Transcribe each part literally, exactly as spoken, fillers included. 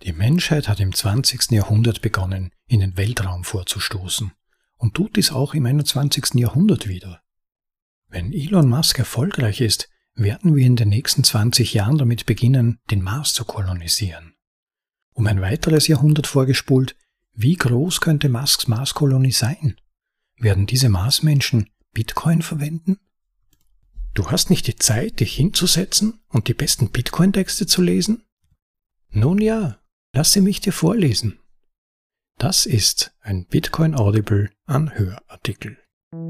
Die Menschheit hat im zwanzigsten Jahrhundert begonnen, in den Weltraum vorzustoßen und tut dies auch im einundzwanzigsten Jahrhundert wieder. Wenn Elon Musk erfolgreich ist, werden wir in den nächsten zwanzig Jahren damit beginnen, den Mars zu kolonisieren. Um ein weiteres Jahrhundert vorgespult, wie groß könnte Musks Marskolonie sein? Werden diese Marsmenschen Bitcoin verwenden? Du hast nicht die Zeit, dich hinzusetzen und die besten Bitcoin-Texte zu lesen? Nun ja, lass sie mich dir vorlesen. Das ist ein Bitcoin Audible Anhörartikel.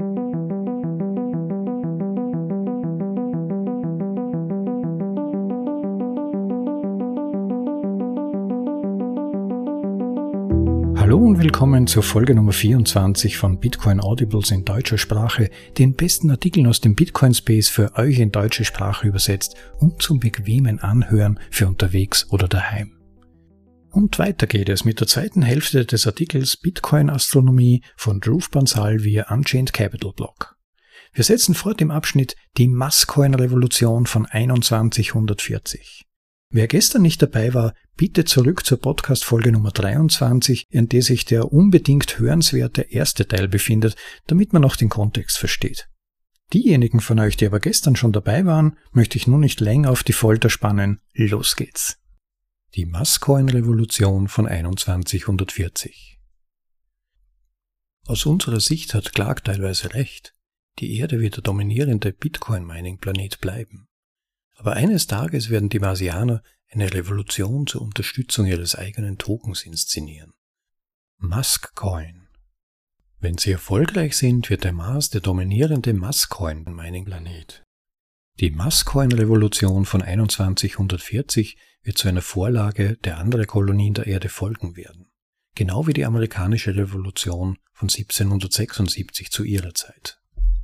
Hallo und willkommen zur Folge Nummer vierundzwanzig von Bitcoin Audibles in deutscher Sprache, den besten Artikeln aus dem Bitcoin Space für euch in deutsche Sprache übersetzt und zum bequemen Anhören für unterwegs oder daheim. Und weiter geht es mit der zweiten Hälfte des Artikels Bitcoin Astronomie von Dhruv Bansal via Unchained Capital Blog. Wir setzen fort im Abschnitt Die Muscoin-Revolution von einundzwanzighundertvierzig. Wer gestern nicht dabei war, bitte zurück zur Podcast-Folge Nummer dreiundzwanzig, in der sich der unbedingt hörenswerte erste Teil befindet, damit man auch den Kontext versteht. Diejenigen von euch, die aber gestern schon dabei waren, möchte ich nun nicht länger auf die Folter spannen. Los geht's! Die Muscoin-Revolution von einundzwanzighundertvierzig. Aus unserer Sicht hat Clark teilweise recht. Die Erde wird der dominierende Bitcoin-Mining-Planet bleiben. Aber eines Tages werden die Marsianer eine Revolution zur Unterstützung ihres eigenen Tokens inszenieren. Muscoin. Wenn sie erfolgreich sind, wird der Mars der dominierende Muscoin-Mining-Planet. Die Muscoin-Revolution von einundzwanzighundertvierzig wird zu einer Vorlage, der andere Kolonien der Erde folgen werden. Genau wie die amerikanische Revolution von siebzehnhundertsechsundsiebzig zu ihrer Zeit.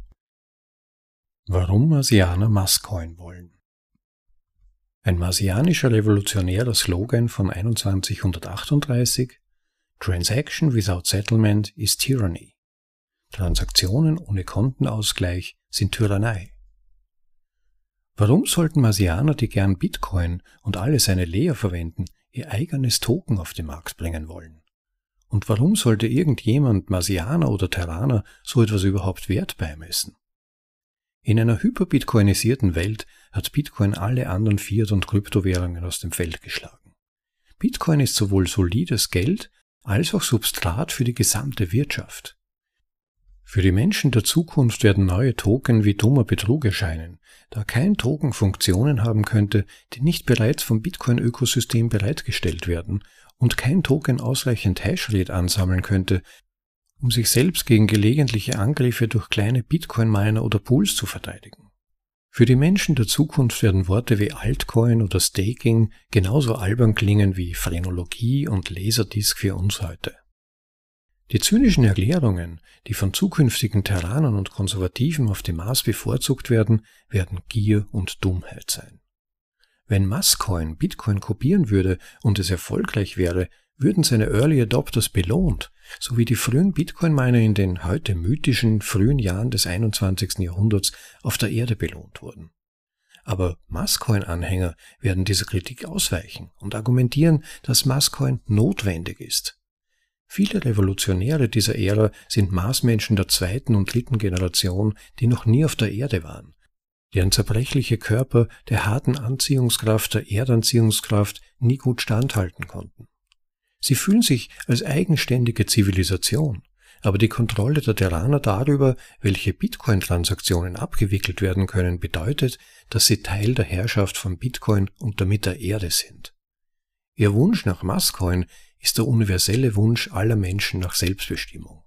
Warum Marsianer Muscoin wollen? Ein marsianischer revolutionärer Slogan von einundzwanzighundertachtunddreißig: Transaction without settlement is tyranny. Transaktionen ohne Kontenausgleich sind Tyrannei. Warum sollten Marsianer, die gern Bitcoin und alle seine Layer verwenden, ihr eigenes Token auf den Markt bringen wollen? Und warum sollte irgendjemand Marsianer oder Terraner so etwas überhaupt Wert beimessen? In einer hyperbitcoinisierten Welt hat Bitcoin alle anderen Fiat- und Kryptowährungen aus dem Feld geschlagen. Bitcoin ist sowohl solides Geld als auch Substrat für die gesamte Wirtschaft. Für die Menschen der Zukunft werden neue Token wie dummer Betrug erscheinen, da kein Token Funktionen haben könnte, die nicht bereits vom Bitcoin-Ökosystem bereitgestellt werden und kein Token ausreichend Hashrate ansammeln könnte, um sich selbst gegen gelegentliche Angriffe durch kleine Bitcoin-Miner oder Pools zu verteidigen. Für die Menschen der Zukunft werden Worte wie Altcoin oder Staking genauso albern klingen wie Phrenologie und Laserdisc für uns heute. Die zynischen Erklärungen, die von zukünftigen Terranern und Konservativen auf dem Mars bevorzugt werden, werden Gier und Dummheit sein. Wenn Muscoin Bitcoin kopieren würde und es erfolgreich wäre, würden seine Early Adopters belohnt, so wie die frühen Bitcoin-Miner in den heute mythischen frühen Jahren des einundzwanzigsten Jahrhunderts auf der Erde belohnt wurden. Aber Muscoin-Anhänger werden dieser Kritik ausweichen und argumentieren, dass Muscoin notwendig ist. Viele Revolutionäre dieser Ära sind Marsmenschen der zweiten und dritten Generation, die noch nie auf der Erde waren, deren zerbrechliche Körper der harten Anziehungskraft der Erdanziehungskraft nie gut standhalten konnten. Sie fühlen sich als eigenständige Zivilisation, aber die Kontrolle der Terraner darüber, welche Bitcoin-Transaktionen abgewickelt werden können, bedeutet, dass sie Teil der Herrschaft von Bitcoin und damit der Erde sind. Ihr Wunsch nach Muscoin ist der universelle Wunsch aller Menschen nach Selbstbestimmung.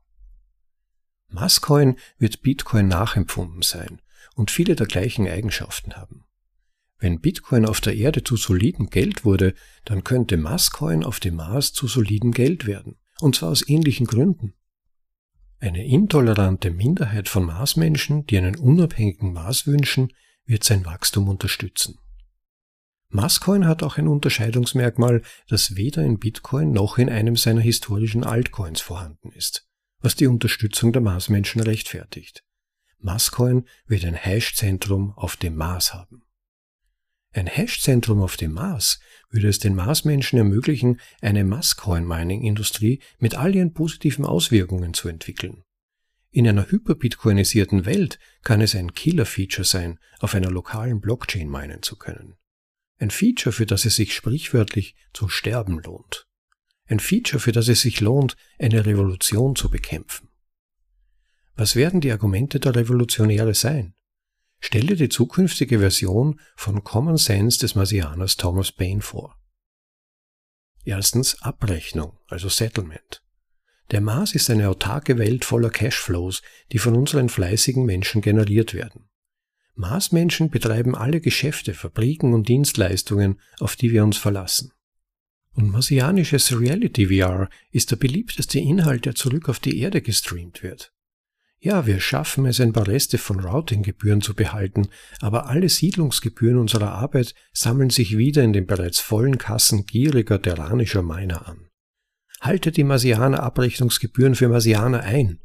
Muscoin wird Bitcoin nachempfunden sein und viele der gleichen Eigenschaften haben. Wenn Bitcoin auf der Erde zu solidem Geld wurde, dann könnte Muscoin auf dem Mars zu solidem Geld werden, und zwar aus ähnlichen Gründen. Eine intolerante Minderheit von Marsmenschen, die einen unabhängigen Mars wünschen, wird sein Wachstum unterstützen. Muscoin hat auch ein Unterscheidungsmerkmal, das weder in Bitcoin noch in einem seiner historischen Altcoins vorhanden ist, was die Unterstützung der Marsmenschen rechtfertigt. Muscoin wird ein Hash-Zentrum auf dem Mars haben. Ein Hash-Zentrum auf dem Mars würde es den Marsmenschen ermöglichen, eine Masscoin-Mining-Industrie mit all ihren positiven Auswirkungen zu entwickeln. In einer hyperbitcoinisierten Welt kann es ein Killer-Feature sein, auf einer lokalen Blockchain minen zu können. Ein Feature, für das es sich sprichwörtlich zu sterben lohnt. Ein Feature, für das es sich lohnt, eine Revolution zu bekämpfen. Was werden die Argumente der Revolutionäre sein? Stell dir die zukünftige Version von Common Sense des Marsianers Thomas Paine vor. Erstens Abrechnung, also Settlement. Der Mars ist eine autarke Welt voller Cashflows, die von unseren fleißigen Menschen generiert werden. Marsmenschen betreiben alle Geschäfte, Fabriken und Dienstleistungen, auf die wir uns verlassen. Und marsianisches Reality-V R ist der beliebteste Inhalt, der zurück auf die Erde gestreamt wird. Ja, wir schaffen es, ein paar Reste von Routinggebühren zu behalten, aber alle Siedlungsgebühren unserer Arbeit sammeln sich wieder in den bereits vollen Kassen gieriger terranischer Miner an. Haltet die Marsianer Abrechnungsgebühren für Marsianer ein.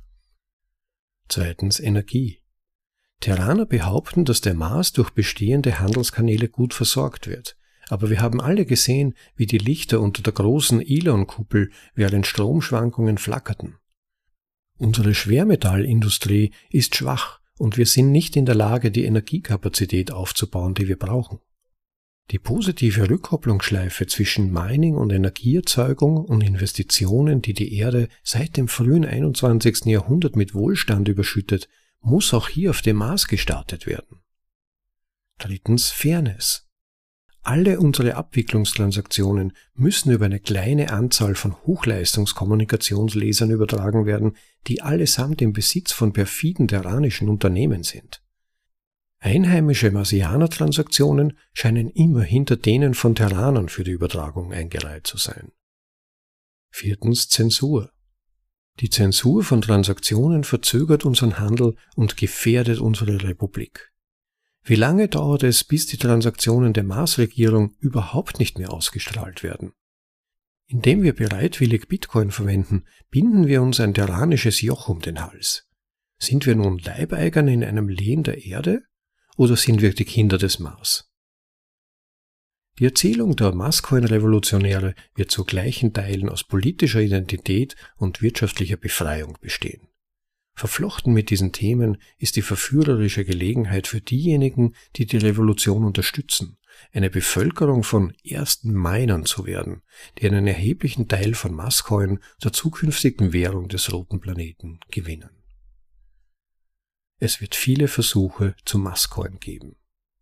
Zweitens Energie. Terraner behaupten, dass der Mars durch bestehende Handelskanäle gut versorgt wird. Aber wir haben alle gesehen, wie die Lichter unter der großen Elon-Kuppel während Stromschwankungen flackerten. Unsere Schwermetallindustrie ist schwach und wir sind nicht in der Lage, die Energiekapazität aufzubauen, die wir brauchen. Die positive Rückkopplungsschleife zwischen Mining und Energieerzeugung und Investitionen, die die Erde seit dem frühen einundzwanzigsten Jahrhundert mit Wohlstand überschüttet, muss auch hier auf dem Mars gestartet werden. Drittens Fairness. Alle unsere Abwicklungstransaktionen müssen über eine kleine Anzahl von Hochleistungskommunikationslesern übertragen werden, die allesamt im Besitz von perfiden terranischen Unternehmen sind. Einheimische Marsianer-Transaktionen scheinen immer hinter denen von Terranern für die Übertragung eingereiht zu sein. Viertens Zensur. Die Zensur von Transaktionen verzögert unseren Handel und gefährdet unsere Republik. Wie lange dauert es, bis die Transaktionen der Mars-Regierung überhaupt nicht mehr ausgestrahlt werden? Indem wir bereitwillig Bitcoin verwenden, binden wir uns ein terranisches Joch um den Hals. Sind wir nun Leibeigene in einem Lehen der Erde oder sind wir die Kinder des Mars? Die Erzählung der Marscoin-Revolutionäre wird zu gleichen Teilen aus politischer Identität und wirtschaftlicher Befreiung bestehen. Verflochten mit diesen Themen ist die verführerische Gelegenheit für diejenigen, die die Revolution unterstützen, eine Bevölkerung von ersten Minern zu werden, die einen erheblichen Teil von Marscoin, der zukünftigen Währung des roten Planeten, gewinnen. Es wird viele Versuche zum Marscoin geben.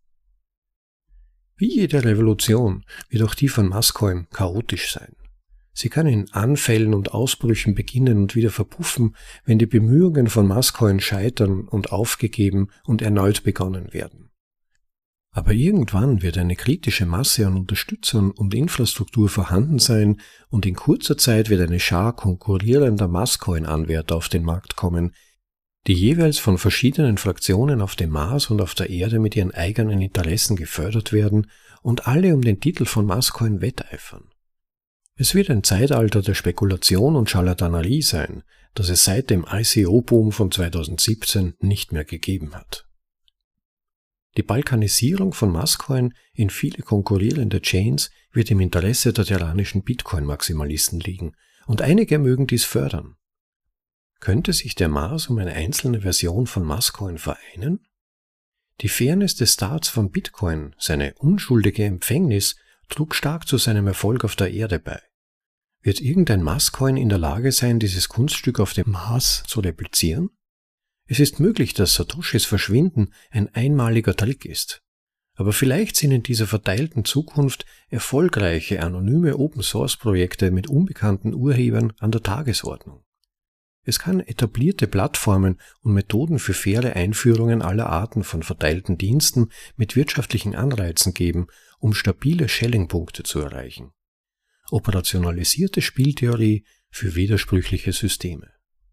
Wie jede Revolution wird auch die von Marscoin chaotisch sein. Sie kann in Anfällen und Ausbrüchen beginnen und wieder verpuffen, wenn die Bemühungen von Marscoin scheitern und aufgegeben und erneut begonnen werden. Aber irgendwann wird eine kritische Masse an Unterstützern und Infrastruktur vorhanden sein und in kurzer Zeit wird eine Schar konkurrierender Marscoin-Anwärter auf den Markt kommen, die jeweils von verschiedenen Fraktionen auf dem Mars und auf der Erde mit ihren eigenen Interessen gefördert werden und alle um den Titel von Marscoin wetteifern. Es wird ein Zeitalter der Spekulation und Scharlatanerie sein, das es seit dem I C O-Boom von zweitausendsiebzehn nicht mehr gegeben hat. Die Balkanisierung von Marscoin in viele konkurrierende Chains wird im Interesse der terranischen Bitcoin-Maximalisten liegen und einige mögen dies fördern. Könnte sich der Mars um eine einzelne Version von Marscoin vereinen? Die Fairness des Starts von Bitcoin, seine unschuldige Empfängnis, trug stark zu seinem Erfolg auf der Erde bei. Wird irgendein Marscoin in der Lage sein, dieses Kunststück auf dem Mars zu replizieren? Es ist möglich, dass Satoshis Verschwinden ein einmaliger Trick ist. Aber vielleicht sind in dieser verteilten Zukunft erfolgreiche anonyme Open-Source-Projekte mit unbekannten Urhebern an der Tagesordnung. Es kann etablierte Plattformen und Methoden für faire Einführungen aller Arten von verteilten Diensten mit wirtschaftlichen Anreizen geben, um stabile Schelling-Punkte zu erreichen. Operationalisierte Spieltheorie für widersprüchliche Systeme.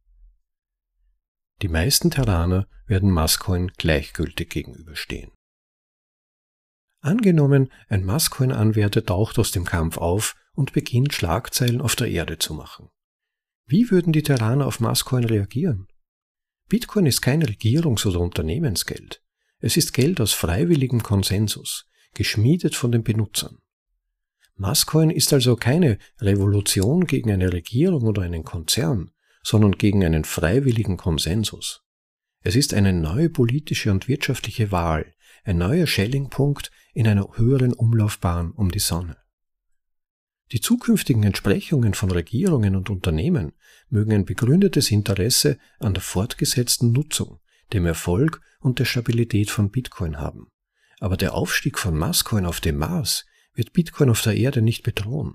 Die meisten Terraner werden Marscoin gleichgültig gegenüberstehen. Angenommen, ein Marscoin-Anwärter taucht aus dem Kampf auf und beginnt Schlagzeilen auf der Erde zu machen. Wie würden die Terraner auf Marscoin reagieren? Bitcoin ist kein Regierungs- oder Unternehmensgeld. Es ist Geld aus freiwilligem Konsensus, geschmiedet von den Benutzern. Masscoin ist also keine Revolution gegen eine Regierung oder einen Konzern, sondern gegen einen freiwilligen Konsensus. Es ist eine neue politische und wirtschaftliche Wahl, ein neuer Schellingpunkt in einer höheren Umlaufbahn um die Sonne. Die zukünftigen Entsprechungen von Regierungen und Unternehmen mögen ein begründetes Interesse an der fortgesetzten Nutzung, dem Erfolg und der Stabilität von Bitcoin haben. Aber der Aufstieg von Masscoin auf dem Mars wird Bitcoin auf der Erde nicht bedrohen.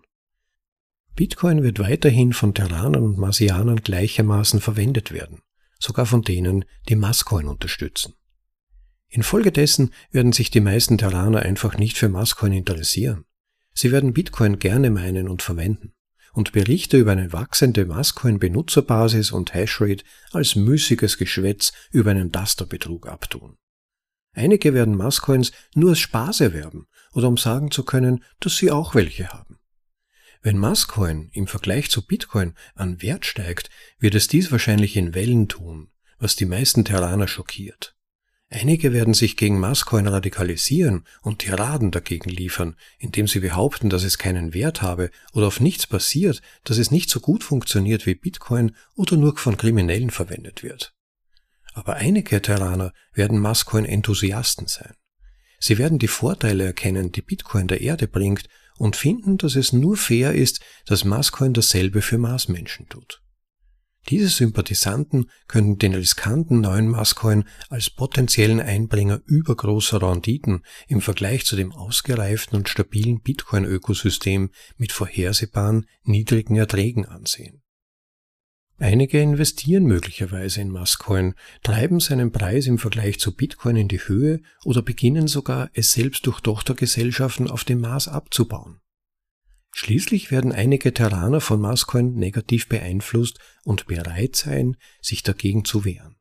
Bitcoin wird weiterhin von Terranern und Marsianern gleichermaßen verwendet werden, sogar von denen, die Masscoin unterstützen. Infolgedessen werden sich die meisten Terraner einfach nicht für Masscoin interessieren. Sie werden Bitcoin gerne meinen und verwenden und Berichte über eine wachsende Masscoin-Benutzerbasis und Hashrate als müßiges Geschwätz über einen Duster-Betrug abtun. Einige werden Masscoins nur als Spaß erwerben oder um sagen zu können, dass sie auch welche haben. Wenn Masscoin im Vergleich zu Bitcoin an Wert steigt, wird es dies wahrscheinlich in Wellen tun, was die meisten Terraner schockiert. Einige werden sich gegen Masscoin radikalisieren und Tiraden dagegen liefern, indem sie behaupten, dass es keinen Wert habe oder auf nichts basiert, dass es nicht so gut funktioniert wie Bitcoin oder nur von Kriminellen verwendet wird. Aber einige Terraner werden Masscoin-Enthusiasten sein. Sie werden die Vorteile erkennen, die Bitcoin der Erde bringt und finden, dass es nur fair ist, dass Masscoin dasselbe für Marsmenschen tut. Diese Sympathisanten können den riskanten neuen Masscoin als potenziellen Einbringer übergroßer Renditen im Vergleich zu dem ausgereiften und stabilen Bitcoin-Ökosystem mit vorhersehbaren, niedrigen Erträgen ansehen. Einige investieren möglicherweise in Masscoin, treiben seinen Preis im Vergleich zu Bitcoin in die Höhe oder beginnen sogar, es selbst durch Tochtergesellschaften auf dem Mars abzubauen. Schließlich werden einige Terraner von Masscoin negativ beeinflusst und bereit sein, sich dagegen zu wehren.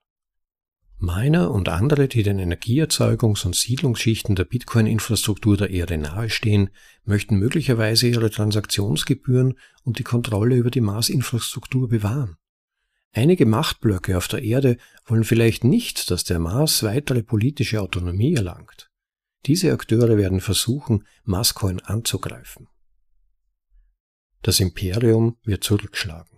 Miner und andere, die den Energieerzeugungs- und Siedlungsschichten der Bitcoin-Infrastruktur der Erde nahestehen, möchten möglicherweise ihre Transaktionsgebühren und die Kontrolle über die Mars-Infrastruktur bewahren. Einige Machtblöcke auf der Erde wollen vielleicht nicht, dass der Mars weitere politische Autonomie erlangt. Diese Akteure werden versuchen, Masscoin anzugreifen. Das Imperium wird zurückschlagen.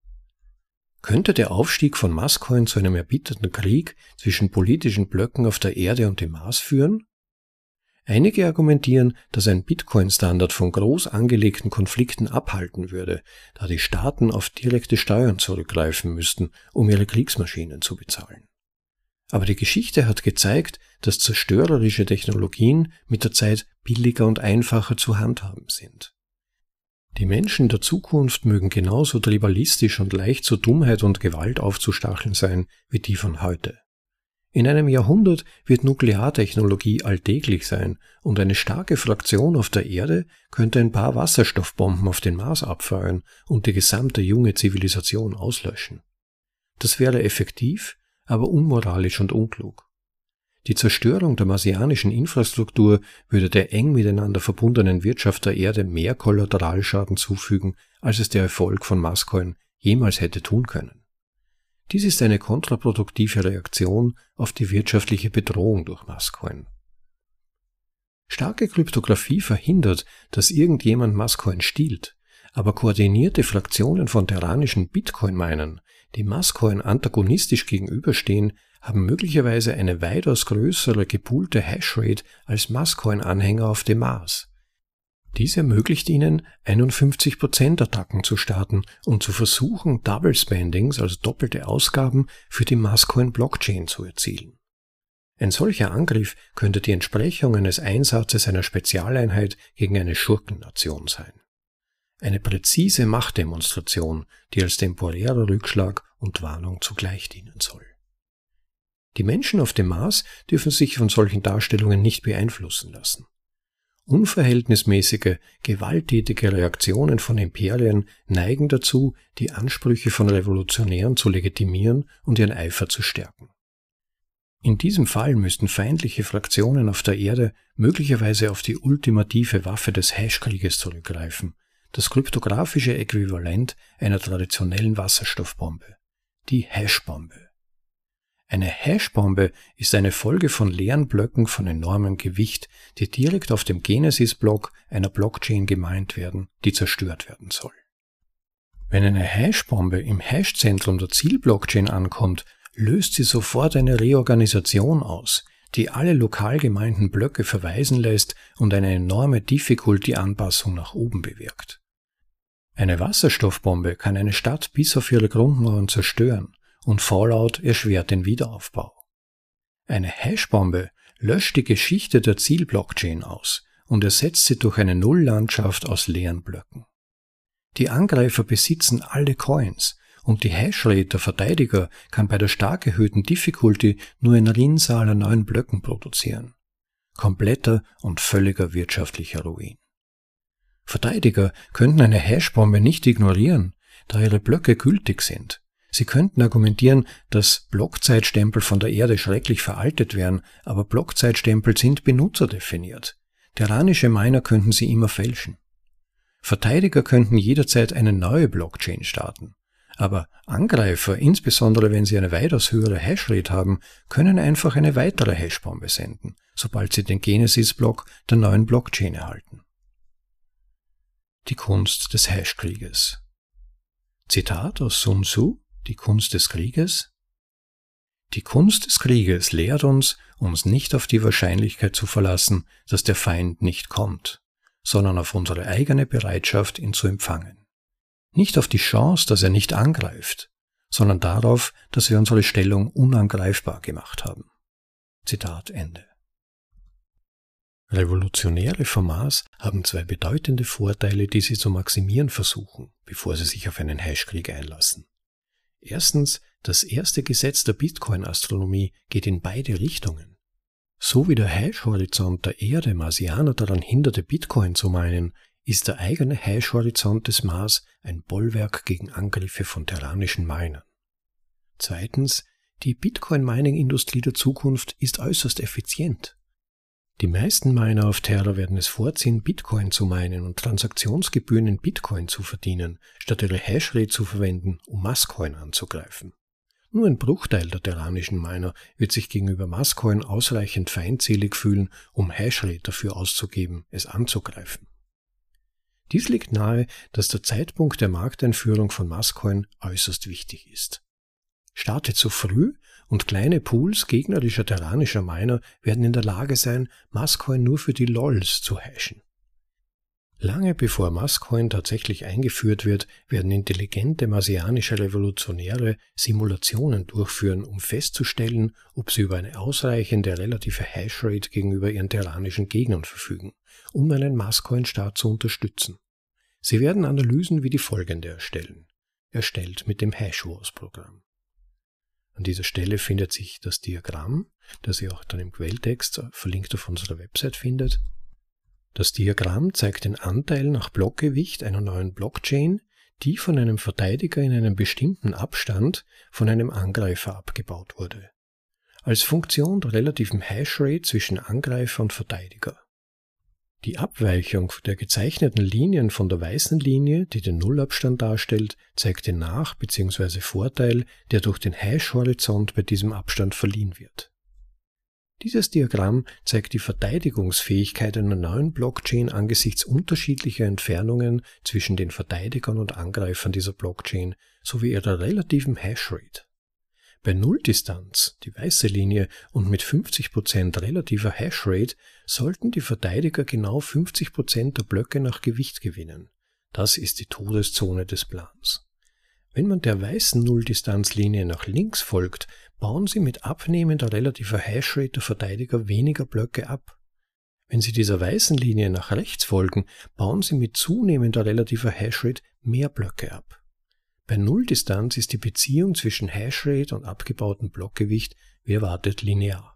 Könnte der Aufstieg von Masscoin zu einem erbitterten Krieg zwischen politischen Blöcken auf der Erde und dem Mars führen? Einige argumentieren, dass ein Bitcoin-Standard von groß angelegten Konflikten abhalten würde, da die Staaten auf direkte Steuern zurückgreifen müssten, um ihre Kriegsmaschinen zu bezahlen. Aber die Geschichte hat gezeigt, dass zerstörerische Technologien mit der Zeit billiger und einfacher zu handhaben sind. Die Menschen der Zukunft mögen genauso tribalistisch und leicht zu Dummheit und Gewalt aufzustacheln sein wie die von heute. In einem Jahrhundert wird Nukleartechnologie alltäglich sein und eine starke Fraktion auf der Erde könnte ein paar Wasserstoffbomben auf den Mars abfeuern und die gesamte junge Zivilisation auslöschen. Das wäre effektiv, aber unmoralisch und unklug. Die Zerstörung der marsianischen Infrastruktur würde der eng miteinander verbundenen Wirtschaft der Erde mehr Kollateralschaden zufügen, als es der Erfolg von Masscoin jemals hätte tun können. Dies ist eine kontraproduktive Reaktion auf die wirtschaftliche Bedrohung durch Masscoin. Starke Kryptographie verhindert, dass irgendjemand Masscoin stiehlt, aber koordinierte Fraktionen von terranischen Bitcoin-Minern, die Masscoin antagonistisch gegenüberstehen, haben möglicherweise eine weitaus größere gepoolte Hashrate als Masscoin-Anhänger auf dem Mars. Dies ermöglicht ihnen, einundfünfzig Prozent Attacken zu starten und zu versuchen, Double Spendings, also doppelte Ausgaben, für die Masscoin-Blockchain zu erzielen. Ein solcher Angriff könnte die Entsprechung eines Einsatzes einer Spezialeinheit gegen eine Schurkennation sein. Eine präzise Machtdemonstration, die als temporärer Rückschlag und Warnung zugleich dienen soll. Die Menschen auf dem Mars dürfen sich von solchen Darstellungen nicht beeinflussen lassen. Unverhältnismäßige, gewalttätige Reaktionen von Imperien neigen dazu, die Ansprüche von Revolutionären zu legitimieren und ihren Eifer zu stärken. In diesem Fall müssten feindliche Fraktionen auf der Erde möglicherweise auf die ultimative Waffe des Hashkrieges zurückgreifen, das kryptografische Äquivalent einer traditionellen Wasserstoffbombe, die Hashbombe. Eine Hashbombe ist eine Folge von leeren Blöcken von enormem Gewicht, die direkt auf dem Genesis-Block einer Blockchain gemeint werden, die zerstört werden soll. Wenn eine Hashbombe im Hashzentrum der Zielblockchain ankommt, löst sie sofort eine Reorganisation aus, die alle lokal gemeinten Blöcke verwaisen lässt und eine enorme Difficulty-Anpassung nach oben bewirkt. Eine Wasserstoffbombe kann eine Stadt bis auf ihre Grundmauern zerstören und Fallout erschwert den Wiederaufbau. Eine Hashbombe löscht die Geschichte der Zielblockchain aus und ersetzt sie durch eine Nulllandschaft aus leeren Blöcken. Die Angreifer besitzen alle Coins und die Hashrate der Verteidiger kann bei der stark erhöhten Difficulty nur ein Rinnsal an neuen Blöcken produzieren. Kompletter und völliger wirtschaftlicher Ruin. Verteidiger könnten eine Hashbombe nicht ignorieren, da ihre Blöcke gültig sind. Sie könnten argumentieren, dass Blockzeitstempel von der Erde schrecklich veraltet wären, aber Blockzeitstempel sind benutzerdefiniert. Terranische Miner könnten sie immer fälschen. Verteidiger könnten jederzeit eine neue Blockchain starten. Aber Angreifer, insbesondere wenn sie eine weitaus höhere Hashrate haben, können einfach eine weitere Hashbombe senden, sobald sie den Genesis-Block der neuen Blockchain erhalten. Die Kunst des Hashkrieges. Zitat aus Sun Tzu, Die Kunst des Krieges. Die Kunst des Krieges lehrt uns, uns nicht auf die Wahrscheinlichkeit zu verlassen, dass der Feind nicht kommt, sondern auf unsere eigene Bereitschaft, ihn zu empfangen. Nicht auf die Chance, dass er nicht angreift, sondern darauf, dass wir unsere Stellung unangreifbar gemacht haben. Zitat Ende. Revolutionäre vom Mars haben zwei bedeutende Vorteile, die sie zu maximieren versuchen, bevor sie sich auf einen Hashkrieg einlassen. Erstens, das erste Gesetz der Bitcoin-Astronomie geht in beide Richtungen. So wie der Hash-Horizont der Erde Marsianer daran hinderte, Bitcoin zu meinen, ist der eigene Hash-Horizont des Mars ein Bollwerk gegen Angriffe von terranischen Minern. Zweitens, die Bitcoin-Mining-Industrie der Zukunft ist äußerst effizient. Die meisten Miner auf Terra werden es vorziehen, Bitcoin zu minen und Transaktionsgebühren in Bitcoin zu verdienen, statt ihre Hashrate zu verwenden, um Masscoin anzugreifen. Nur ein Bruchteil der terranischen Miner wird sich gegenüber Masscoin ausreichend feindselig fühlen, um Hashrate dafür auszugeben, es anzugreifen. Dies liegt nahe, dass der Zeitpunkt der Markteinführung von Masscoin äußerst wichtig ist. Starte zu früh und kleine Pools gegnerischer terranischer Miner werden in der Lage sein, Masscoin nur für die L O Ls zu hashen. Lange bevor Masscoin tatsächlich eingeführt wird, werden intelligente marsianische Revolutionäre Simulationen durchführen, um festzustellen, ob sie über eine ausreichende relative Hashrate gegenüber ihren terranischen Gegnern verfügen, um einen Masscoin-Start zu unterstützen. Sie werden Analysen wie die folgende erstellen, erstellt mit dem Hashwars-Programm. An dieser Stelle findet sich das Diagramm, das ihr auch dann im Quelltext verlinkt auf unserer Website findet. Das Diagramm zeigt den Anteil nach Blockgewicht einer neuen Blockchain, die von einem Verteidiger in einem bestimmten Abstand von einem Angreifer abgebaut wurde, als Funktion der relativen Hashrate zwischen Angreifer und Verteidiger. Die Abweichung der gezeichneten Linien von der weißen Linie, die den Nullabstand darstellt, zeigt den Nach- bzw. Vorteil, der durch den Hash-Horizont bei diesem Abstand verliehen wird. Dieses Diagramm zeigt die Verteidigungsfähigkeit einer neuen Blockchain angesichts unterschiedlicher Entfernungen zwischen den Verteidigern und Angreifern dieser Blockchain sowie ihrer relativen Hashrate. Bei Nulldistanz, die weiße Linie, und mit fünfzig Prozent relativer Hashrate sollten die Verteidiger genau fünfzig Prozent der Blöcke nach Gewicht gewinnen. Das ist die Todeszone des Plans. Wenn man der weißen Nulldistanzlinie nach links folgt, bauen sie mit abnehmender relativer Hashrate der Verteidiger weniger Blöcke ab. Wenn sie dieser weißen Linie nach rechts folgen, bauen sie mit zunehmender relativer Hashrate mehr Blöcke ab. Bei Nulldistanz ist die Beziehung zwischen Hashrate und abgebautem Blockgewicht wie erwartet linear.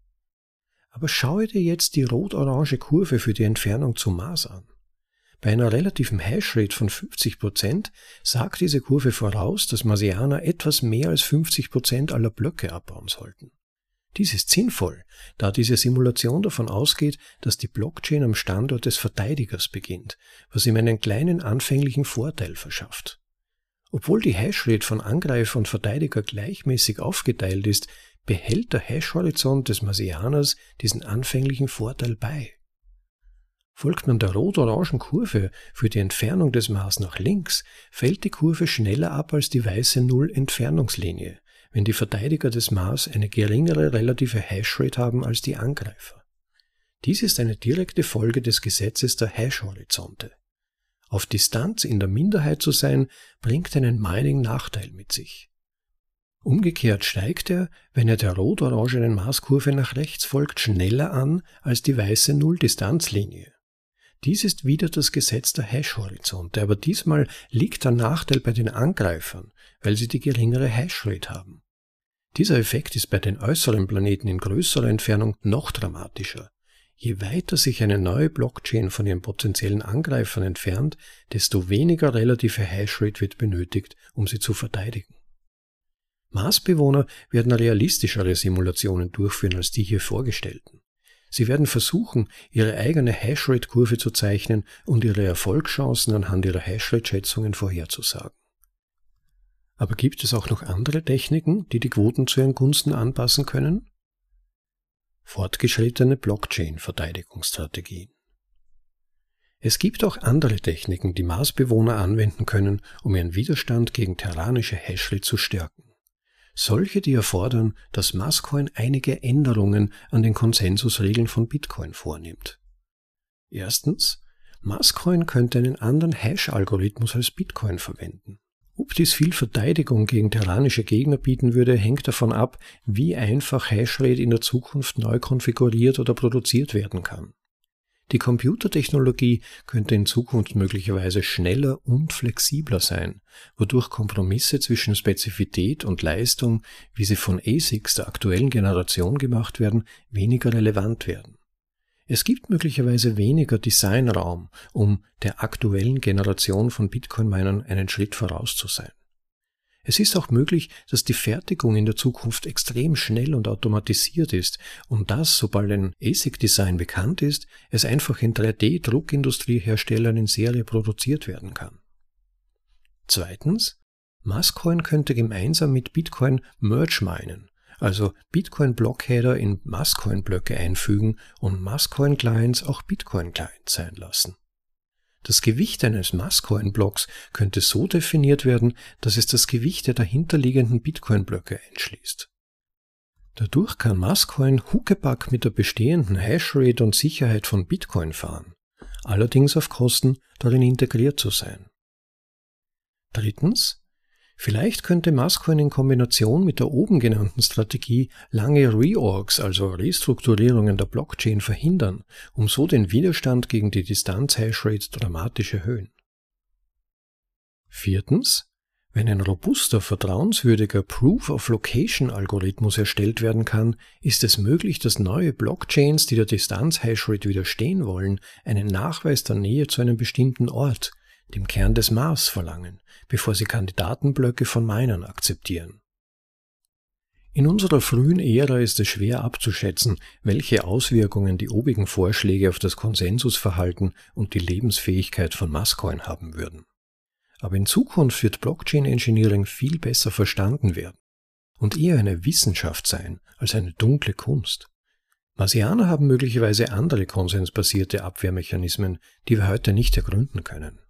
Aber schaue dir jetzt die rot-orange Kurve für die Entfernung zum Mars an. Bei einer relativen Hashrate von fünfzig Prozent sagt diese Kurve voraus, dass Marsianer etwas mehr als fünfzig Prozent aller Blöcke abbauen sollten. Dies ist sinnvoll, da diese Simulation davon ausgeht, dass die Blockchain am Standort des Verteidigers beginnt, was ihm einen kleinen anfänglichen Vorteil verschafft. Obwohl die Hashrate von Angreifer und Verteidiger gleichmäßig aufgeteilt ist, behält der Hash-Horizont des Marsianers diesen anfänglichen Vorteil bei. Folgt man der rot-orangen Kurve für die Entfernung des Mars nach links, fällt die Kurve schneller ab als die weiße Null-Entfernungslinie, wenn die Verteidiger des Mars eine geringere relative Hashrate haben als die Angreifer. Dies ist eine direkte Folge des Gesetzes der Hash-Horizonte. Auf Distanz in der Minderheit zu sein, bringt einen Mining-Nachteil mit sich. Umgekehrt steigt er, wenn er der rot-orangenen Marskurve nach rechts folgt, schneller an als die weiße Null-Distanzlinie. Dies ist wieder das Gesetz der Hash-Horizonte, aber diesmal liegt der Nachteil bei den Angreifern, weil sie die geringere Hashrate haben. Dieser Effekt ist bei den äußeren Planeten in größerer Entfernung noch dramatischer. Je weiter sich eine neue Blockchain von ihren potenziellen Angreifern entfernt, desto weniger relative Hashrate wird benötigt, um sie zu verteidigen. Marsbewohner werden realistischere Simulationen durchführen als die hier vorgestellten. Sie werden versuchen, ihre eigene Hashrate-Kurve zu zeichnen und ihre Erfolgschancen anhand ihrer Hashrate-Schätzungen vorherzusagen. Aber gibt es auch noch andere Techniken, die die Quoten zu ihren Gunsten anpassen können? Fortgeschrittene Blockchain-Verteidigungsstrategien. Es gibt auch andere Techniken, die Marsbewohner anwenden können, um ihren Widerstand gegen terranische Hashrate zu stärken. Solche, die erfordern, dass Mascoin einige Änderungen an den Konsensusregeln von Bitcoin vornimmt. Erstens, Mascoin könnte einen anderen Hash-Algorithmus als Bitcoin verwenden. Ob dies viel Verteidigung gegen terranische Gegner bieten würde, hängt davon ab, wie einfach Hashrate in der Zukunft neu konfiguriert oder produziert werden kann. Die Computertechnologie könnte in Zukunft möglicherweise schneller und flexibler sein, wodurch Kompromisse zwischen Spezifität und Leistung, wie sie von A S I Cs der aktuellen Generation gemacht werden, weniger relevant werden. Es gibt möglicherweise weniger Designraum, um der aktuellen Generation von Bitcoin-Minern einen Schritt voraus zu sein. Es ist auch möglich, dass die Fertigung in der Zukunft extrem schnell und automatisiert ist und dass, sobald ein A S I C-Design bekannt ist, es einfach in drei D-Druckindustrieherstellern in Serie produziert werden kann. Zweitens, Mascoin könnte gemeinsam mit Bitcoin Merge minen, also Bitcoin-Blockheader in Mascoin-Blöcke einfügen und Mascoin-Clients auch Bitcoin-Clients sein lassen. Das Gewicht eines Mascoin-Blocks könnte so definiert werden, dass es das Gewicht der dahinterliegenden Bitcoin-Blöcke einschließt. Dadurch kann Mascoin Huckepack mit der bestehenden Hashrate und Sicherheit von Bitcoin fahren, allerdings auf Kosten, darin integriert zu sein. Drittens, vielleicht könnte Mascoin in Kombination mit der oben genannten Strategie lange Reorgs, also Restrukturierungen der Blockchain verhindern, um so den Widerstand gegen die Distanz-Hashrate dramatisch erhöhen. Viertens, wenn ein robuster, vertrauenswürdiger Proof-of-Location-Algorithmus erstellt werden kann, ist es möglich, dass neue Blockchains, die der Distanz-Hashrate widerstehen wollen, einen Nachweis der Nähe zu einem bestimmten Ort, dem Kern des Mars, verlangen, bevor sie Kandidatenblöcke von Minern akzeptieren. In unserer frühen Ära ist es schwer abzuschätzen, welche Auswirkungen die obigen Vorschläge auf das Konsensusverhalten und die Lebensfähigkeit von Mascoin haben würden. Aber in Zukunft wird Blockchain-Engineering viel besser verstanden werden und eher eine Wissenschaft sein als eine dunkle Kunst. Marsianer haben möglicherweise andere konsensbasierte Abwehrmechanismen, die wir heute nicht ergründen können.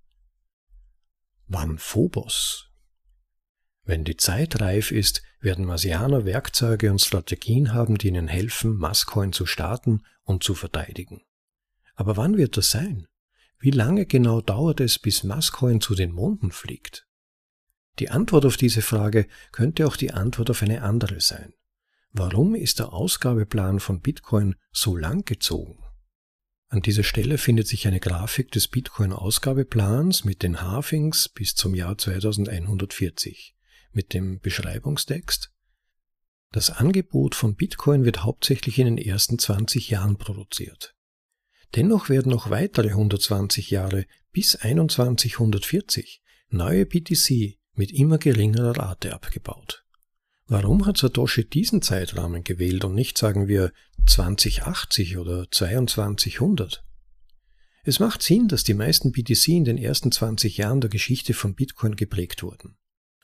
Wann Phobos? Wenn die Zeit reif ist, werden Marsianer Werkzeuge und Strategien haben, die ihnen helfen, Mascoin zu starten und zu verteidigen. Aber wann wird das sein? Wie lange genau dauert es, bis Mascoin zu den Monden fliegt? Die Antwort auf diese Frage könnte auch die Antwort auf eine andere sein. Warum ist der Ausgabeplan von Bitcoin so lang gezogen? An dieser Stelle findet sich eine Grafik des Bitcoin-Ausgabeplans mit den Halvings bis zum Jahr zweitausendeinhundertvierzig, mit dem Beschreibungstext: Das Angebot von Bitcoin wird hauptsächlich in den ersten zwanzig Jahren produziert. Dennoch werden noch weitere hundertzwanzig Jahre bis einundzwanzighundertvierzig neue B T C mit immer geringerer Rate abgebaut. Warum hat Satoshi diesen Zeitrahmen gewählt und nicht, sagen wir, zwanzig achtzig oder zweiundzwanzighundert? Es macht Sinn, dass die meisten B T C in den ersten zwanzig Jahren der Geschichte von Bitcoin geprägt wurden.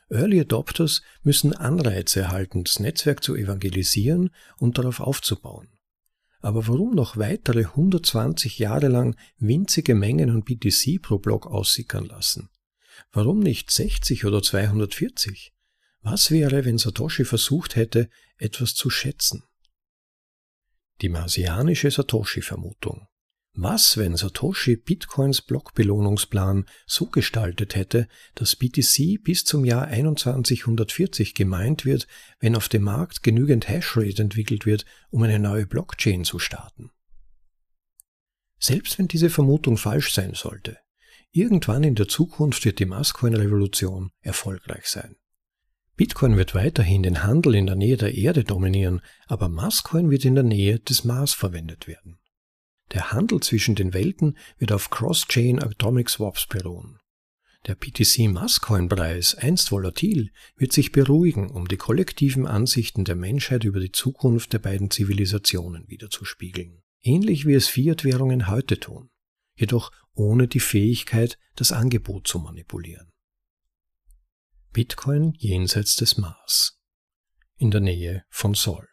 Early Adopters müssen Anreize erhalten, das Netzwerk zu evangelisieren und darauf aufzubauen. Aber warum noch weitere hundertzwanzig Jahre lang winzige Mengen an B T C pro Block aussickern lassen? Warum nicht sechzig oder zweihundertvierzig? Was wäre, wenn Satoshi versucht hätte, etwas zu schätzen? Die marsianische Satoshi-Vermutung. Was, wenn Satoshi Bitcoins Blockbelohnungsplan so gestaltet hätte, dass B T C bis zum Jahr einundzwanzighundertvierzig gemeint wird, wenn auf dem Markt genügend Hashrate entwickelt wird, um eine neue Blockchain zu starten? Selbst wenn diese Vermutung falsch sein sollte, irgendwann in der Zukunft wird die Maßcoin-Revolution erfolgreich sein. Bitcoin wird weiterhin den Handel in der Nähe der Erde dominieren, aber Maßcoin wird in der Nähe des Mars verwendet werden. Der Handel zwischen den Welten wird auf Cross-Chain Atomic Swaps beruhen. Der B T C-Maßcoin-Preis, einst volatil, wird sich beruhigen, um die kollektiven Ansichten der Menschheit über die Zukunft der beiden Zivilisationen widerzuspiegeln. Ähnlich wie es Fiat-Währungen heute tun, jedoch ohne die Fähigkeit, das Angebot zu manipulieren. Bitcoin jenseits des Mars, in der Nähe von Sol.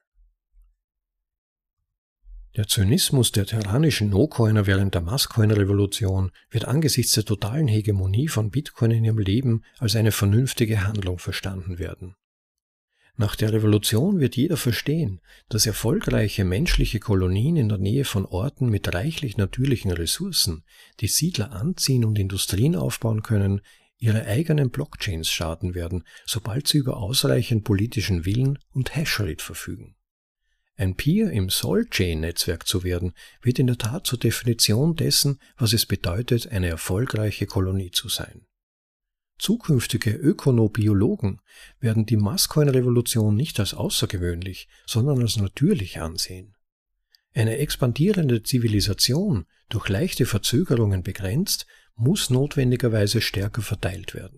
Der Zynismus der tyrannischen No-Coiner während der Maßcoin-Revolution wird angesichts der totalen Hegemonie von Bitcoin in ihrem Leben als eine vernünftige Handlung verstanden werden. Nach der Revolution wird jeder verstehen, dass erfolgreiche menschliche Kolonien in der Nähe von Orten mit reichlich natürlichen Ressourcen, die Siedler anziehen und Industrien aufbauen können, ihre eigenen Blockchains starten werden, sobald sie über ausreichend politischen Willen und Hashrate verfügen. Ein Peer im Sol-Chain-Netzwerk zu werden, wird in der Tat zur Definition dessen, was es bedeutet, eine erfolgreiche Kolonie zu sein. Zukünftige Ökonobiologen werden die Maßcoin-Revolution nicht als außergewöhnlich, sondern als natürlich ansehen. Eine expandierende Zivilisation, durch leichte Verzögerungen begrenzt, muss notwendigerweise stärker verteilt werden.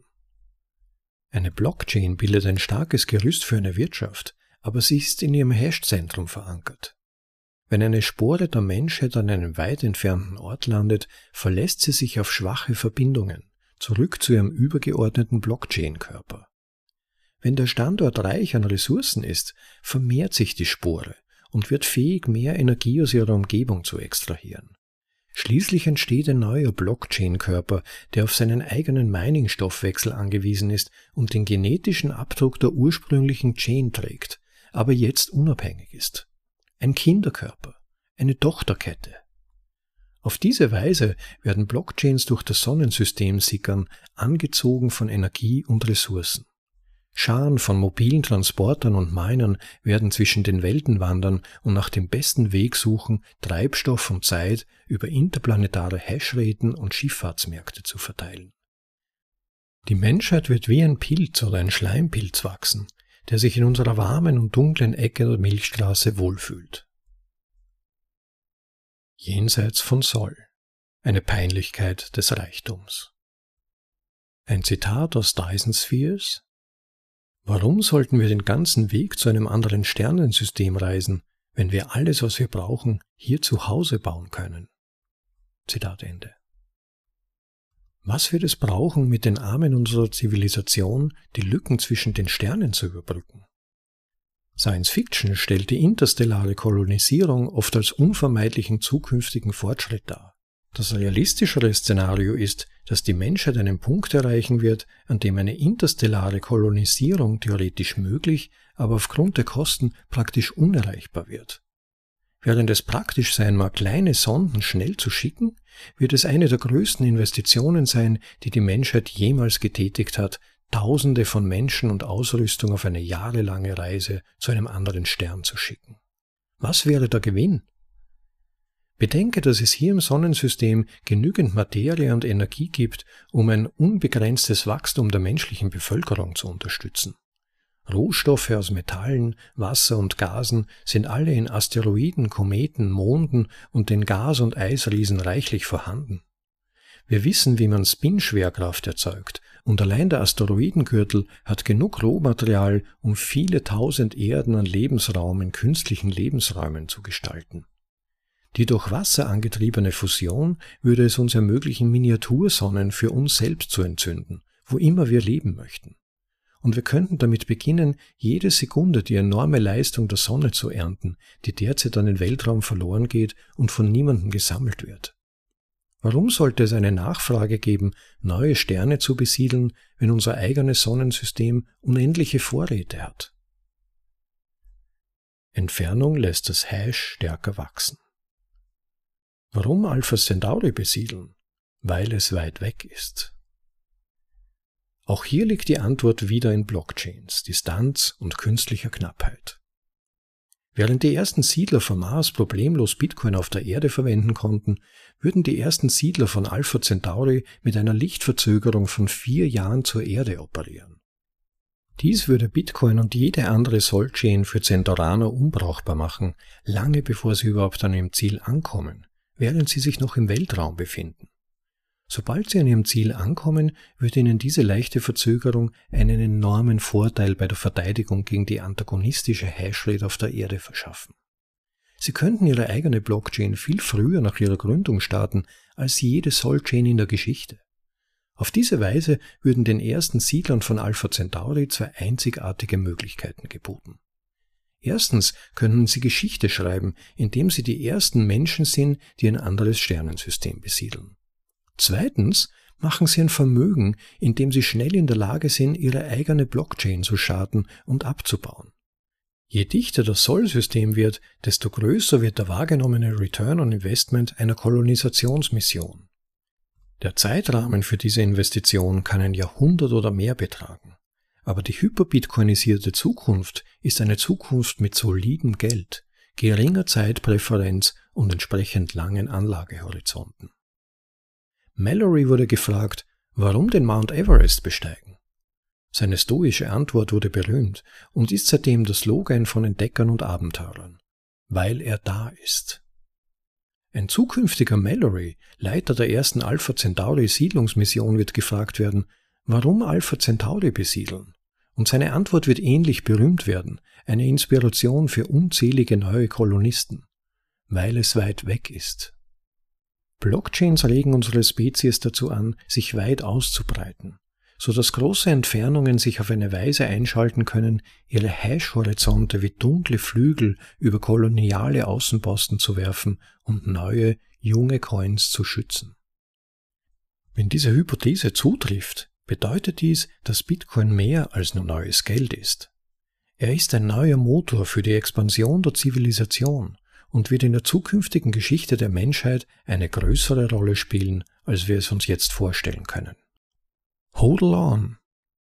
Eine Blockchain bildet ein starkes Gerüst für eine Wirtschaft, aber sie ist in ihrem Hash-Zentrum verankert. Wenn eine Spore der Menschheit an einem weit entfernten Ort landet, verlässt sie sich auf schwache Verbindungen, zurück zu ihrem übergeordneten Blockchain-Körper. Wenn der Standort reich an Ressourcen ist, vermehrt sich die Spore und wird fähig, mehr Energie aus ihrer Umgebung zu extrahieren. Schließlich entsteht ein neuer Blockchain-Körper, der auf seinen eigenen Mining-Stoffwechsel angewiesen ist und den genetischen Abdruck der ursprünglichen Chain trägt, aber jetzt unabhängig ist. Ein Kinderkörper, eine Tochterkette. Auf diese Weise werden Blockchains durch das Sonnensystem sickern, angezogen von Energie und Ressourcen. Scharen von mobilen Transportern und Minern werden zwischen den Welten wandern und nach dem besten Weg suchen, Treibstoff und Zeit über interplanetare Hashraten und Schifffahrtsmärkte zu verteilen. Die Menschheit wird wie ein Pilz oder ein Schleimpilz wachsen, der sich in unserer warmen und dunklen Ecke der Milchstraße wohlfühlt. Jenseits von Sol, eine Peinlichkeit des Reichtums. Ein Zitat aus Dyson Spheres: Warum sollten wir den ganzen Weg zu einem anderen Sternensystem reisen, wenn wir alles, was wir brauchen, hier zu Hause bauen können? Zitat Ende. Was wird es brauchen, mit den Armen unserer Zivilisation die Lücken zwischen den Sternen zu überbrücken? Science Fiction stellt die interstellare Kolonisierung oft als unvermeidlichen zukünftigen Fortschritt dar. Das realistischere Szenario ist, dass die Menschheit einen Punkt erreichen wird, an dem eine interstellare Kolonisierung theoretisch möglich, aber aufgrund der Kosten praktisch unerreichbar wird. Während es praktisch sein mag, kleine Sonden schnell zu schicken, wird es eine der größten Investitionen sein, die die Menschheit jemals getätigt hat, Tausende von Menschen und Ausrüstung auf eine jahrelange Reise zu einem anderen Stern zu schicken. Was wäre der Gewinn? Bedenke, dass es hier im Sonnensystem genügend Materie und Energie gibt, um ein unbegrenztes Wachstum der menschlichen Bevölkerung zu unterstützen. Rohstoffe aus Metallen, Wasser und Gasen sind alle in Asteroiden, Kometen, Monden und den Gas- und Eisriesen reichlich vorhanden. Wir wissen, wie man Spin-Schwerkraft erzeugt, und allein der Asteroidengürtel hat genug Rohmaterial, um viele tausend Erden an Lebensraum in künstlichen Lebensräumen zu gestalten. Die durch Wasser angetriebene Fusion würde es uns ermöglichen, Miniatursonnen für uns selbst zu entzünden, wo immer wir leben möchten. und wir könnten damit beginnen, jede Sekunde die enorme Leistung der Sonne zu ernten, die derzeit an den Weltraum verloren geht und von niemandem gesammelt wird. Warum sollte es eine Nachfrage geben, neue Sterne zu besiedeln, wenn unser eigenes Sonnensystem unendliche Vorräte hat? Entfernung lässt das Hash stärker wachsen. Warum Alpha Centauri besiedeln? Weil es weit weg ist. Auch hier liegt die Antwort wieder in Blockchains, Distanz und künstlicher Knappheit. Während die ersten Siedler vom Mars problemlos Bitcoin auf der Erde verwenden konnten, würden die ersten Siedler von Alpha Centauri mit einer Lichtverzögerung von vier Jahren zur Erde operieren. Dies würde Bitcoin und jede andere Sol-Chain für Centauraner unbrauchbar machen, lange bevor sie überhaupt an ihrem Ziel ankommen, während sie sich noch im Weltraum befinden. Sobald sie an ihrem Ziel ankommen, würde ihnen diese leichte Verzögerung einen enormen Vorteil bei der Verteidigung gegen die antagonistische Hashrate auf der Erde verschaffen. Sie könnten ihre eigene Blockchain viel früher nach ihrer Gründung starten als jede Sol-Chain in der Geschichte. Auf diese Weise würden den ersten Siedlern von Alpha Centauri zwei einzigartige Möglichkeiten geboten. Erstens können sie Geschichte schreiben, indem sie die ersten Menschen sind, die ein anderes Sternensystem besiedeln. Zweitens machen sie ein Vermögen, indem sie schnell in der Lage sind, ihre eigene Blockchain zu starten und abzubauen. Je dichter das Sol-System wird, desto größer wird der wahrgenommene Return on Investment einer Kolonisationsmission. Der Zeitrahmen für diese Investition kann ein Jahrhundert oder mehr betragen. Aber die hyperbitcoinisierte Zukunft ist eine Zukunft mit solidem Geld, geringer Zeitpräferenz und entsprechend langen Anlagehorizonten. Mallory wurde gefragt, warum den Mount Everest besteigen? Seine stoische Antwort wurde berühmt und ist seitdem das Slogan von Entdeckern und Abenteurern: weil er da ist. Ein zukünftiger Mallory, Leiter der ersten Alpha Centauri Siedlungsmission, wird gefragt werden, warum Alpha Centauri besiedeln? Und seine Antwort wird ähnlich berühmt werden, eine Inspiration für unzählige neue Kolonisten: weil es weit weg ist. Blockchains regen unsere Spezies dazu an, sich weit auszubreiten, so dass große Entfernungen sich auf eine Weise einschalten können, ihre Hash-Horizonte wie dunkle Flügel über koloniale Außenposten zu werfen und neue, junge Coins zu schützen. Wenn diese Hypothese zutrifft, bedeutet dies, dass Bitcoin mehr als nur neues Geld ist. Er ist ein neuer Motor für die Expansion der Zivilisation und wird in der zukünftigen Geschichte der Menschheit eine größere Rolle spielen, als wir es uns jetzt vorstellen können. Hodl on!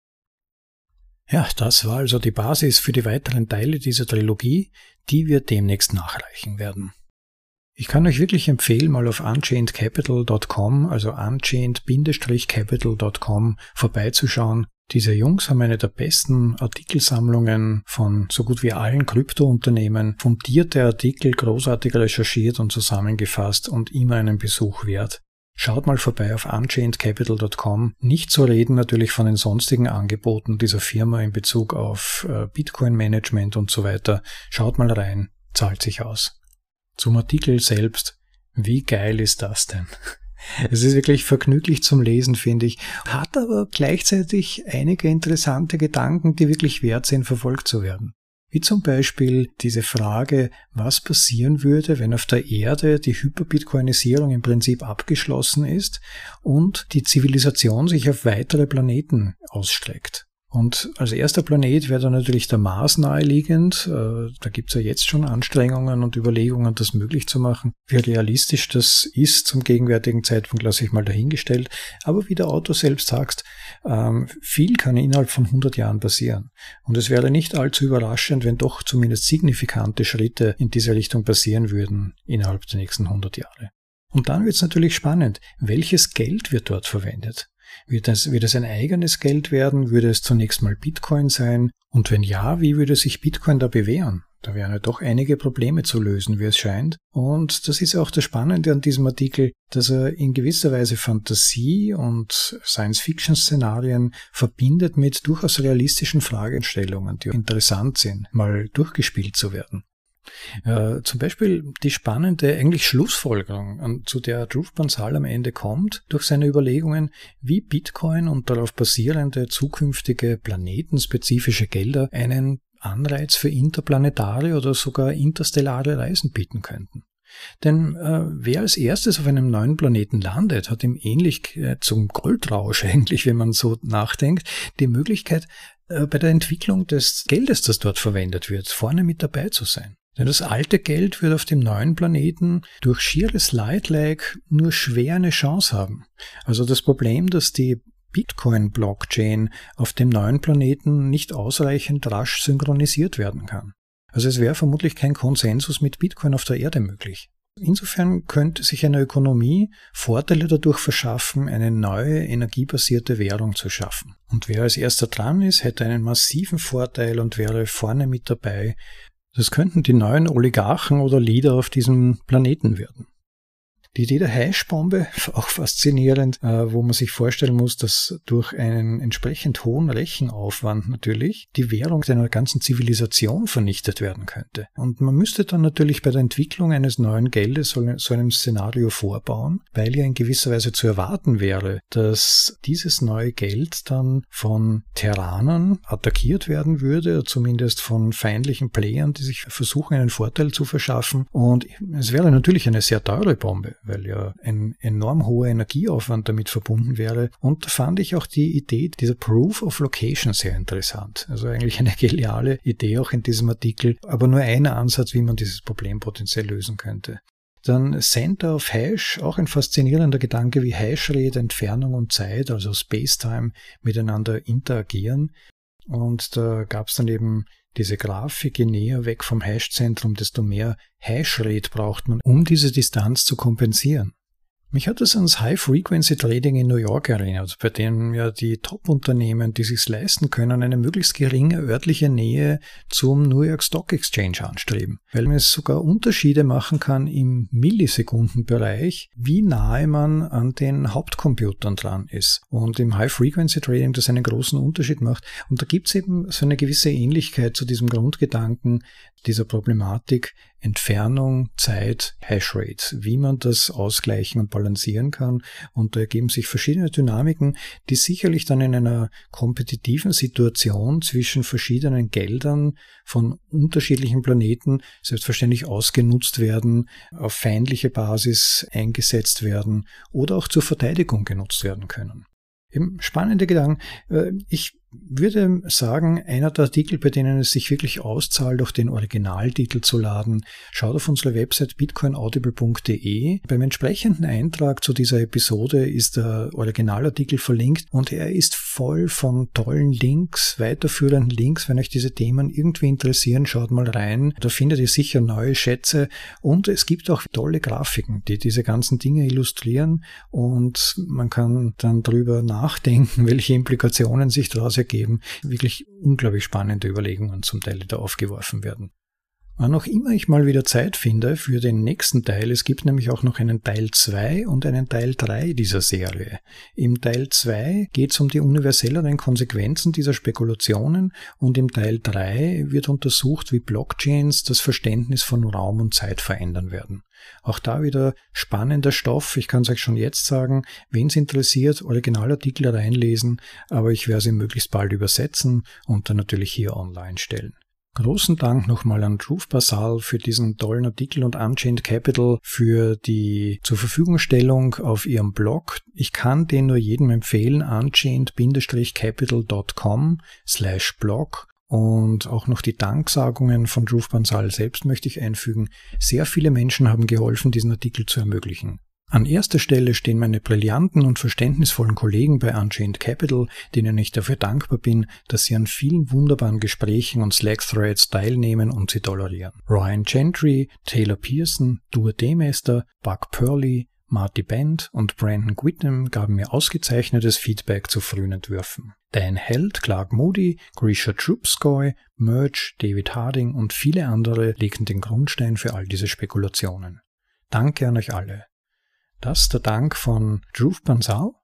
Ja, das war also die Basis für die weiteren Teile dieser Trilogie, die wir demnächst nachreichen werden. Ich kann euch wirklich empfehlen, mal auf unchained capital dot com, also unchained capital dot com vorbeizuschauen. Diese Jungs haben eine der besten Artikelsammlungen von so gut wie allen Kryptounternehmen, fundierte Artikel, großartig recherchiert und zusammengefasst und immer einen Besuch wert. Schaut mal vorbei auf unchained capital dot com. Nicht zu reden natürlich von den sonstigen Angeboten dieser Firma in Bezug auf Bitcoin-Management und so weiter. Schaut mal rein, zahlt sich aus. Zum Artikel selbst, wie geil ist das denn? Es ist wirklich vergnüglich zum Lesen, finde ich, hat aber gleichzeitig einige interessante Gedanken, die wirklich wert sind, verfolgt zu werden. Wie zum Beispiel diese Frage, was passieren würde, wenn auf der Erde die Hyperbitcoinisierung im Prinzip abgeschlossen ist und die Zivilisation sich auf weitere Planeten ausstreckt. Und als erster Planet wäre da natürlich der Mars naheliegend. Da gibt es ja jetzt schon Anstrengungen und Überlegungen, das möglich zu machen. Wie realistisch das ist zum gegenwärtigen Zeitpunkt, lasse ich mal dahingestellt. Aber wie der Autor selbst sagt, viel kann innerhalb von hundert Jahren passieren. Und es wäre nicht allzu überraschend, wenn doch zumindest signifikante Schritte in diese Richtung passieren würden innerhalb der nächsten hundert Jahre. Und dann wird es natürlich spannend, welches Geld wird dort verwendet? Wird es, wird es ein eigenes Geld werden? Würde es zunächst mal Bitcoin sein? Und wenn ja, wie würde sich Bitcoin da bewähren? Da wären ja doch einige Probleme zu lösen, wie es scheint. Und das ist auch das Spannende an diesem Artikel, dass er in gewisser Weise Fantasie und Science-Fiction-Szenarien verbindet mit durchaus realistischen Fragestellungen, die interessant sind, mal durchgespielt zu werden. Äh, zum Beispiel die spannende eigentlich Schlussfolgerung, an, zu der Dhruv Bansal am Ende kommt, durch seine Überlegungen, wie Bitcoin und darauf basierende zukünftige planetenspezifische Gelder einen Anreiz für interplanetare oder sogar interstellare Reisen bieten könnten. Denn äh, wer als erstes auf einem neuen Planeten landet, hat ihm ähnlich äh, zum Goldrausch eigentlich, wenn man so nachdenkt, die Möglichkeit, äh, bei der Entwicklung des Geldes, das dort verwendet wird, vorne mit dabei zu sein. Denn das alte Geld wird auf dem neuen Planeten durch schieres Light Lag nur schwer eine Chance haben. Also das Problem, dass die Bitcoin-Blockchain auf dem neuen Planeten nicht ausreichend rasch synchronisiert werden kann. Also es wäre vermutlich kein Konsensus mit Bitcoin auf der Erde möglich. Insofern könnte sich eine Ökonomie Vorteile dadurch verschaffen, eine neue energiebasierte Währung zu schaffen. Und wer als erster dran ist, hätte einen massiven Vorteil und wäre vorne mit dabei. Das könnten die neuen Oligarchen oder Leader auf diesem Planeten werden. Die Idee der Hashbombe, auch faszinierend, wo man sich vorstellen muss, dass durch einen entsprechend hohen Rechenaufwand natürlich die Währung einer ganzen Zivilisation vernichtet werden könnte. Und man müsste dann natürlich bei der Entwicklung eines neuen Geldes so einem Szenario vorbauen, weil ja in gewisser Weise zu erwarten wäre, dass dieses neue Geld dann von Terranern attackiert werden würde, zumindest von feindlichen Playern, die sich versuchen, einen Vorteil zu verschaffen. Und es wäre natürlich eine sehr teure Bombe, weil ja ein enorm hoher Energieaufwand damit verbunden wäre. Und da fand ich auch die Idee dieser Proof of Location sehr interessant. Also eigentlich eine geniale Idee auch in diesem Artikel, aber nur ein Ansatz, wie man dieses Problem potenziell lösen könnte. Dann Center of Hash, auch ein faszinierender Gedanke, wie Hashrate, Entfernung und Zeit, also Spacetime, miteinander interagieren. Und da gab es dann eben diese Grafik, je näher weg vom Hashzentrum, desto mehr Hashrate braucht man, um diese Distanz zu kompensieren. Mich hat das ans High-Frequency-Trading in New York erinnert, bei dem ja die Top-Unternehmen, die sich's leisten können, eine möglichst geringe örtliche Nähe zum New York Stock Exchange anstreben, weil es sogar Unterschiede machen kann im Millisekundenbereich, wie nahe man an den Hauptcomputern dran ist. Und im High-Frequency-Trading das einen großen Unterschied macht. Und da gibt's eben so eine gewisse Ähnlichkeit zu diesem Grundgedanken dieser Problematik Entfernung, Zeit, Hashrate, wie man das ausgleichen und balancieren kann. Und da ergeben sich verschiedene Dynamiken, die sicherlich dann in einer kompetitiven Situation zwischen verschiedenen Geldern von unterschiedlichen Planeten selbstverständlich ausgenutzt werden, auf feindliche Basis eingesetzt werden oder auch zur Verteidigung genutzt werden können. Eben spannende Gedanken. Ich würde sagen, einer der Artikel, bei denen es sich wirklich auszahlt, auch den Originaltitel zu laden, schaut auf unsere Website bitcoin audible punkt de. Beim entsprechenden Eintrag zu dieser Episode ist der Originalartikel verlinkt und er ist voll von tollen Links, weiterführenden Links. Wenn euch diese Themen irgendwie interessieren, schaut mal rein. Da findet ihr sicher neue Schätze und es gibt auch tolle Grafiken, die diese ganzen Dinge illustrieren und man kann dann drüber nachdenken, welche Implikationen sich daraus ergeben. Wirklich unglaublich spannende Überlegungen zum Teil, die da aufgeworfen werden. Wann auch immer ich mal wieder Zeit finde für den nächsten Teil, es gibt nämlich auch noch einen Teil zwei und einen Teil drei dieser Serie. Im Teil zwei geht es um die universelleren Konsequenzen dieser Spekulationen und im Teil drei wird untersucht, wie Blockchains das Verständnis von Raum und Zeit verändern werden. Auch da wieder spannender Stoff. Ich kann es euch schon jetzt sagen, wen es interessiert, Originalartikel reinlesen, aber ich werde sie möglichst bald übersetzen und dann natürlich hier online stellen. Großen Dank nochmal an Dhruv Bansal für diesen tollen Artikel und Unchained Capital für die zur Verfügungstellung auf ihrem Blog. Ich kann den nur jedem empfehlen, unchained capital dot com slash blog. Und auch noch die Danksagungen von Dhruv Bansal selbst möchte ich einfügen. Sehr viele Menschen haben geholfen, diesen Artikel zu ermöglichen. An erster Stelle stehen meine brillanten und verständnisvollen Kollegen bei Unchained Capital, denen ich dafür dankbar bin, dass sie an vielen wunderbaren Gesprächen und Slack-Threads teilnehmen und sie tolerieren. Ryan Gentry, Taylor Pearson, Dur Demester, Buck Purley, Marty Bent und Brandon Whitnam gaben mir ausgezeichnetes Feedback zu frühen Entwürfen. Dan Held, Clark Moody, Grisha Trubskoy, Merge, David Harding und viele andere legten den Grundstein für all diese Spekulationen. Danke an euch alle. Das ist der Dank von Dhruv Bansal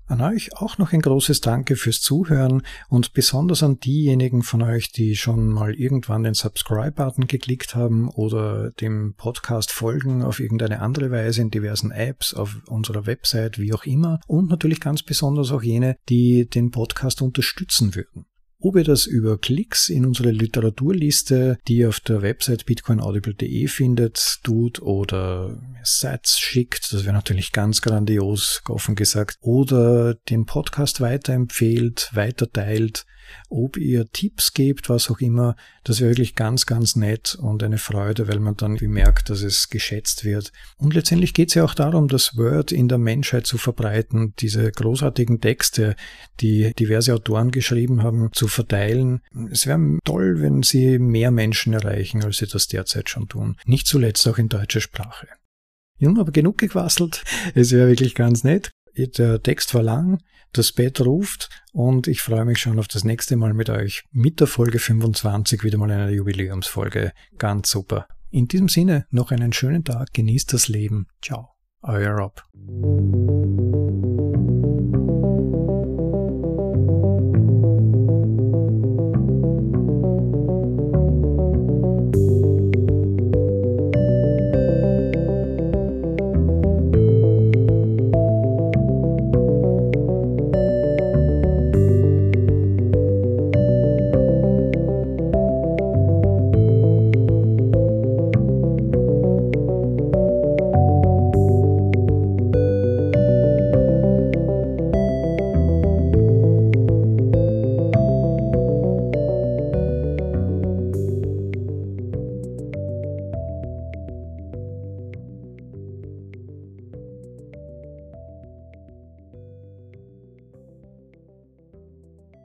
An euch auch noch ein großes Danke fürs Zuhören und besonders an diejenigen von euch, die schon mal irgendwann den Subscribe-Button geklickt haben oder dem Podcast folgen auf irgendeine andere Weise in diversen Apps, auf unserer Website, wie auch immer. Und natürlich ganz besonders auch jene, die den Podcast unterstützen würden. Ob ihr das über Klicks in unsere Literaturliste, die ihr auf der Website bitcoin audible punkt de findet, tut oder Sats schickt, das wäre natürlich ganz grandios, offen gesagt, oder den Podcast weiterempfehlt, weiterteilt, ob ihr Tipps gebt, was auch immer, das wäre wirklich ganz, ganz nett und eine Freude, weil man dann merkt, dass es geschätzt wird. Und letztendlich geht es ja auch darum, das Word in der Menschheit zu verbreiten, diese großartigen Texte, die diverse Autoren geschrieben haben, zu verteilen. Es wäre toll, wenn sie mehr Menschen erreichen, als sie das derzeit schon tun. Nicht zuletzt auch in deutscher Sprache. Nun, aber genug gequasselt. Es wäre wirklich ganz nett. Der Text war lang, das Bett ruft und ich freue mich schon auf das nächste Mal mit euch. Mit der Folge fünfundzwanzig, wieder mal eine Jubiläumsfolge. Ganz super. In diesem Sinne, noch einen schönen Tag, genießt das Leben. Ciao, euer Rob.